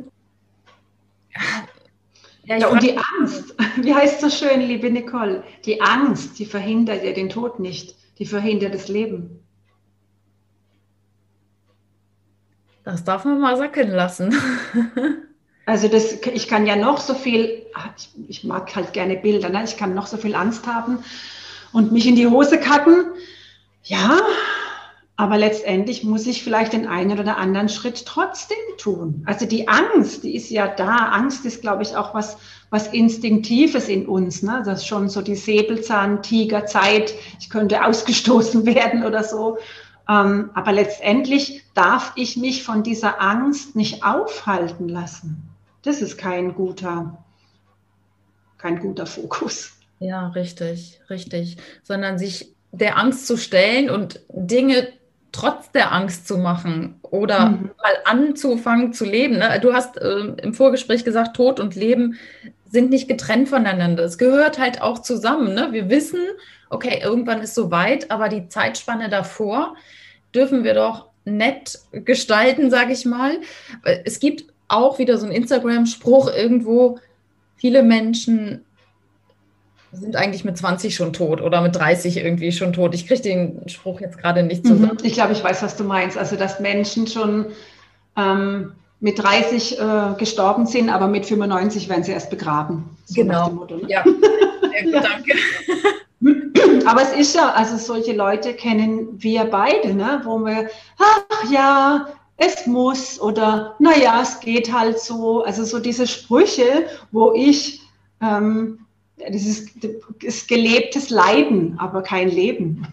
Ja, ja und die Angst, wie heißt es so schön, liebe Nicole, die Angst, die verhindert ja den Tod nicht, die verhindert das Leben. Das darf man mal sacken lassen. Also das, ich kann ja noch so viel, ich, ich mag halt gerne Bilder, ne? Ich kann noch so viel Angst haben und mich in die Hose kacken. Ja, aber letztendlich muss ich vielleicht den einen oder anderen Schritt trotzdem tun. Also die Angst, die ist ja da. Angst ist, glaube ich, auch was, was Instinktives in uns. Ne? Das ist schon so die Säbelzahn-Tiger-Zeit. Ich könnte ausgestoßen werden oder so. Ähm, aber letztendlich darf ich mich von dieser Angst nicht aufhalten lassen. Das ist kein guter, kein guter Fokus. Ja, richtig, richtig. Sondern sich der Angst zu stellen und Dinge trotz der Angst zu machen oder Mhm. mal anzufangen zu leben. Ne? Du hast äh, im Vorgespräch gesagt, Tod und Leben sind nicht getrennt voneinander. Es gehört halt auch zusammen. Ne? Wir wissen, okay, irgendwann ist soweit, aber die Zeitspanne davor dürfen wir doch nett gestalten, sage ich mal. Es gibt auch wieder so einen Instagram-Spruch irgendwo, viele Menschen sind eigentlich mit zwanzig schon tot oder mit dreißig irgendwie schon tot. Ich kriege den Spruch jetzt gerade nicht zusammen. Ich glaube, ich weiß, was du meinst. Also, dass Menschen schon ähm, mit dreißig äh, gestorben sind, aber mit fünfundneunzig werden sie erst begraben. So genau. Nach dem Motto, ne? Ja, sehr gut, Ja. danke. Aber es ist ja, also solche Leute kennen wir beide, ne? Wo wir, ach ja, es muss oder naja, es geht halt so. Also so diese Sprüche, wo ich, ähm, das ist, das ist gelebtes Leiden, aber kein Leben.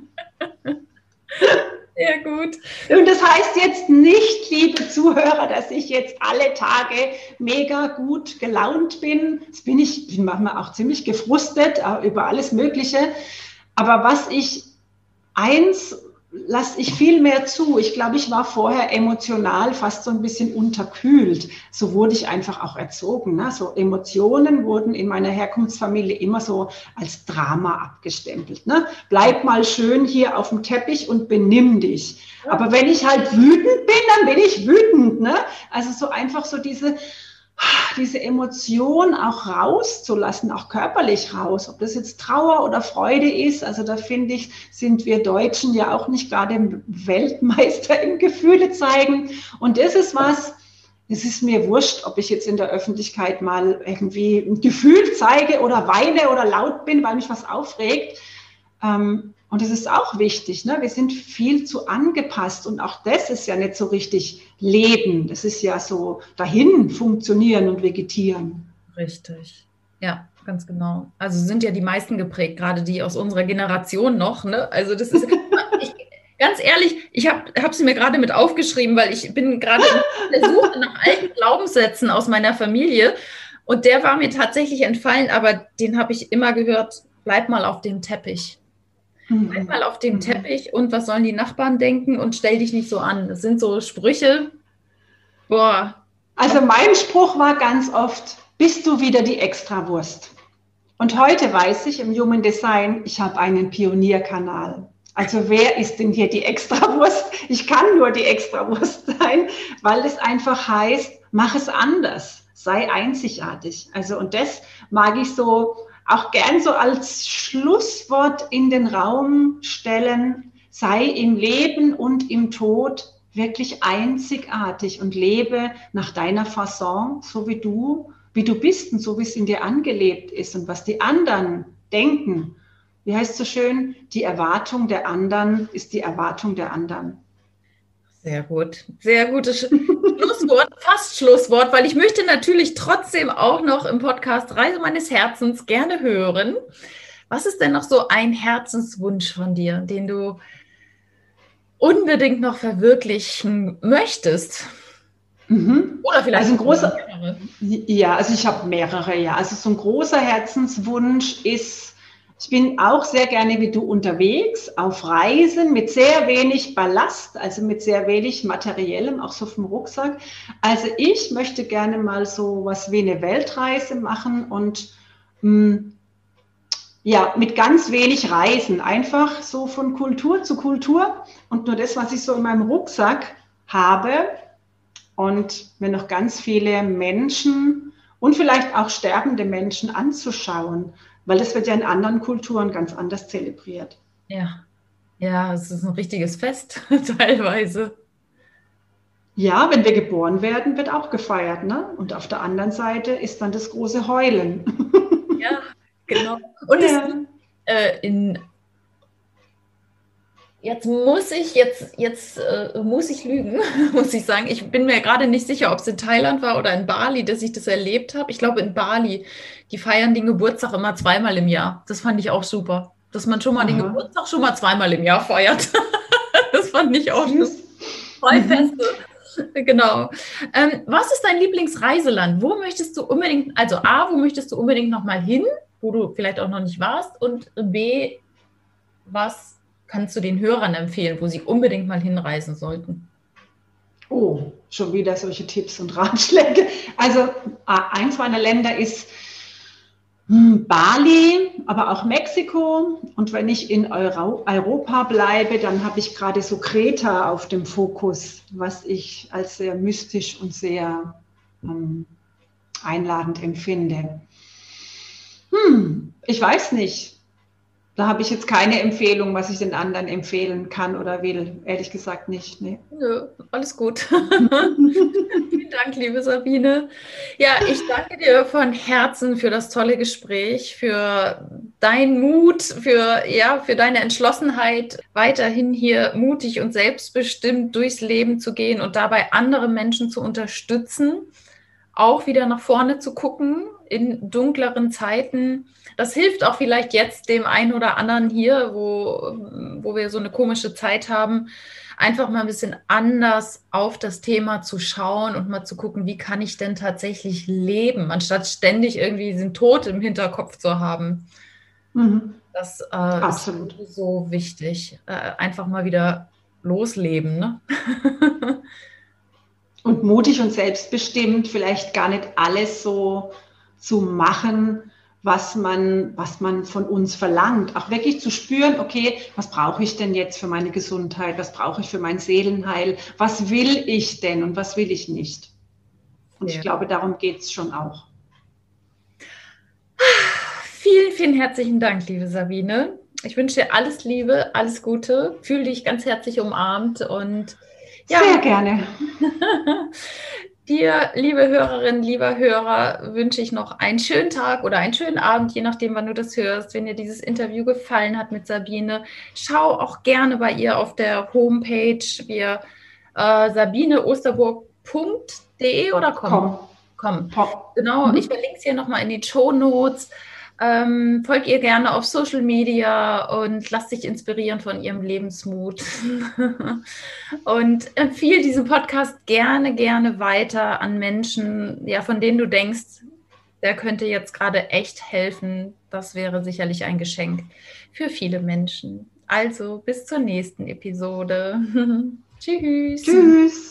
Sehr gut. Und das heißt jetzt nicht, liebe Zuhörer, dass ich jetzt alle Tage mega gut gelaunt bin. Das bin ich, bin manchmal auch ziemlich gefrustet über alles Mögliche. Aber was ich, eins lasse ich viel mehr zu. Ich glaube, ich war vorher emotional fast so ein bisschen unterkühlt. So wurde ich einfach auch erzogen. Ne? So Emotionen wurden in meiner Herkunftsfamilie immer so als Drama abgestempelt. Ne? Bleib mal schön hier auf dem Teppich und benimm dich. Aber wenn ich halt wütend bin, dann bin ich wütend. Ne? Also so einfach so diese, diese Emotion auch rauszulassen, auch körperlich raus, ob das jetzt Trauer oder Freude ist. Also da finde ich, sind wir Deutschen ja auch nicht gerade Weltmeister im Gefühle zeigen. Und das ist was, es ist mir wurscht, ob ich jetzt in der Öffentlichkeit mal irgendwie ein Gefühl zeige oder weine oder laut bin, weil mich was aufregt. Und das ist auch wichtig, ne? Wir sind viel zu angepasst und auch das ist ja nicht so richtig Leben. Das ist ja so dahin funktionieren und vegetieren. Richtig. Ja, ganz genau. Also sind ja die meisten geprägt, gerade die aus unserer Generation noch. Ne? Also das ist, ich, ganz ehrlich, ich habe es mir gerade mit aufgeschrieben, weil ich bin gerade in der Suche nach alten Glaubenssätzen aus meiner Familie und der war mir tatsächlich entfallen, aber den habe ich immer gehört, bleib mal auf dem Teppich. Bleib mal auf dem Teppich und was sollen die Nachbarn denken und stell dich nicht so an. Das sind so Sprüche, boah. Also mein Spruch war ganz oft, bist du wieder die Extrawurst? Und heute weiß ich im Human Design, ich habe einen Pionierkanal. Also wer ist denn hier die Extrawurst? Ich kann nur die Extrawurst sein, weil es einfach heißt, mach es anders, sei einzigartig. Also und das mag ich so auch gern so als Schlusswort in den Raum stellen, sei im Leben und im Tod wirklich einzigartig und lebe nach deiner Fasson, so wie du, wie du bist und so wie es in dir angelebt ist und was die anderen denken. Wie heißt es so schön? Die Erwartung der anderen ist die Erwartung der anderen. Sehr gut, sehr gutes Schlusswort, fast Schlusswort, weil ich möchte natürlich trotzdem auch noch im Podcast Reise meines Herzens gerne hören. Was ist denn noch so ein Herzenswunsch von dir, den du unbedingt noch verwirklichen möchtest? Mhm. Oder vielleicht also ein großer, mehrere. Ja, also ich habe mehrere, ja. Also so ein großer Herzenswunsch ist, ich bin auch sehr gerne wie du unterwegs, auf Reisen mit sehr wenig Ballast, also mit sehr wenig Materiellem, auch so vom Rucksack. Also ich möchte gerne mal so was wie eine Weltreise machen und mh, ja, mit ganz wenig Reisen, einfach so von Kultur zu Kultur und nur das, was ich so in meinem Rucksack habe und mir noch ganz viele Menschen und vielleicht auch sterbende Menschen anzuschauen, weil das wird ja in anderen Kulturen ganz anders zelebriert. Ja, ja, es ist ein richtiges Fest teilweise. Ja, wenn wir geboren werden, wird auch gefeiert, ne? Und auf der anderen Seite ist dann das große Heulen. Ja, genau. Und es Ja. äh, in Jetzt muss ich, jetzt, jetzt äh, muss ich lügen, muss ich sagen. Ich bin mir gerade nicht sicher, ob es in Thailand war oder in Bali, dass ich das erlebt habe. Ich glaube in Bali. Die feiern den Geburtstag immer zweimal im Jahr. Das fand ich auch super. Dass man schon mal den Aha. Geburtstag schon mal zweimal im Jahr feiert. Das fand ich auch Süß. zwei Mhm. Feste. Genau. Ähm, was ist dein Lieblingsreiseland? Wo möchtest du unbedingt, also A, wo möchtest du unbedingt nochmal hin, wo du vielleicht auch noch nicht warst? Und B, was kannst du den Hörern empfehlen, wo sie unbedingt mal hinreisen sollten? Oh, schon wieder solche Tipps und Ratschläge. Also eins meiner Länder ist hm, Bali, aber auch Mexiko. Und wenn ich in Euro Europa bleibe, dann habe ich gerade so Kreta auf dem Fokus, was ich als sehr mystisch und sehr ähm, einladend empfinde. Hm, ich weiß nicht. Da habe ich jetzt keine Empfehlung, was ich den anderen empfehlen kann oder will. Ehrlich gesagt nicht. Nee. Nö, alles gut. Vielen Dank, liebe Sabine. Ja, ich danke dir von Herzen für das tolle Gespräch, für deinen Mut, für, ja, für deine Entschlossenheit, weiterhin hier mutig und selbstbestimmt durchs Leben zu gehen und dabei andere Menschen zu unterstützen, auch wieder nach vorne zu gucken in dunkleren Zeiten. Das hilft auch vielleicht jetzt dem einen oder anderen hier, wo, wo wir so eine komische Zeit haben, einfach mal ein bisschen anders auf das Thema zu schauen und mal zu gucken, wie kann ich denn tatsächlich leben, anstatt ständig irgendwie diesen Tod im Hinterkopf zu haben. Mhm. Das äh, ist Absolut. so wichtig. Äh, einfach mal wieder losleben, ne? Und mutig und selbstbestimmt, vielleicht gar nicht alles so zu machen, was man, was man von uns verlangt. Auch wirklich zu spüren, okay, was brauche ich denn jetzt für meine Gesundheit? Was brauche ich für mein Seelenheil? Was will ich denn und was will ich nicht? Und ich Ja. glaube, darum geht es schon auch. Vielen, vielen herzlichen Dank, liebe Sabine. Ich wünsche dir alles Liebe, alles Gute. Fühle dich ganz herzlich umarmt und ja, Sehr gerne. dir, liebe Hörerinnen, lieber Hörer, wünsche ich noch einen schönen Tag oder einen schönen Abend, je nachdem, wann du das hörst. Wenn dir dieses Interview gefallen hat mit Sabine, schau auch gerne bei ihr auf der Homepage. Wir äh, sabine osterburg punkt de oder com? Komm. Com. Komm. Genau, Mhm. ich verlinke es hier nochmal in die Shownotes. Ähm, folgt ihr gerne auf Social Media und lasst dich inspirieren von ihrem Lebensmut. Und empfehle diesen Podcast gerne, gerne weiter an Menschen, ja, von denen du denkst, der könnte jetzt gerade echt helfen. Das wäre sicherlich ein Geschenk für viele Menschen. Also bis zur nächsten Episode. Tschüss. Tschüss.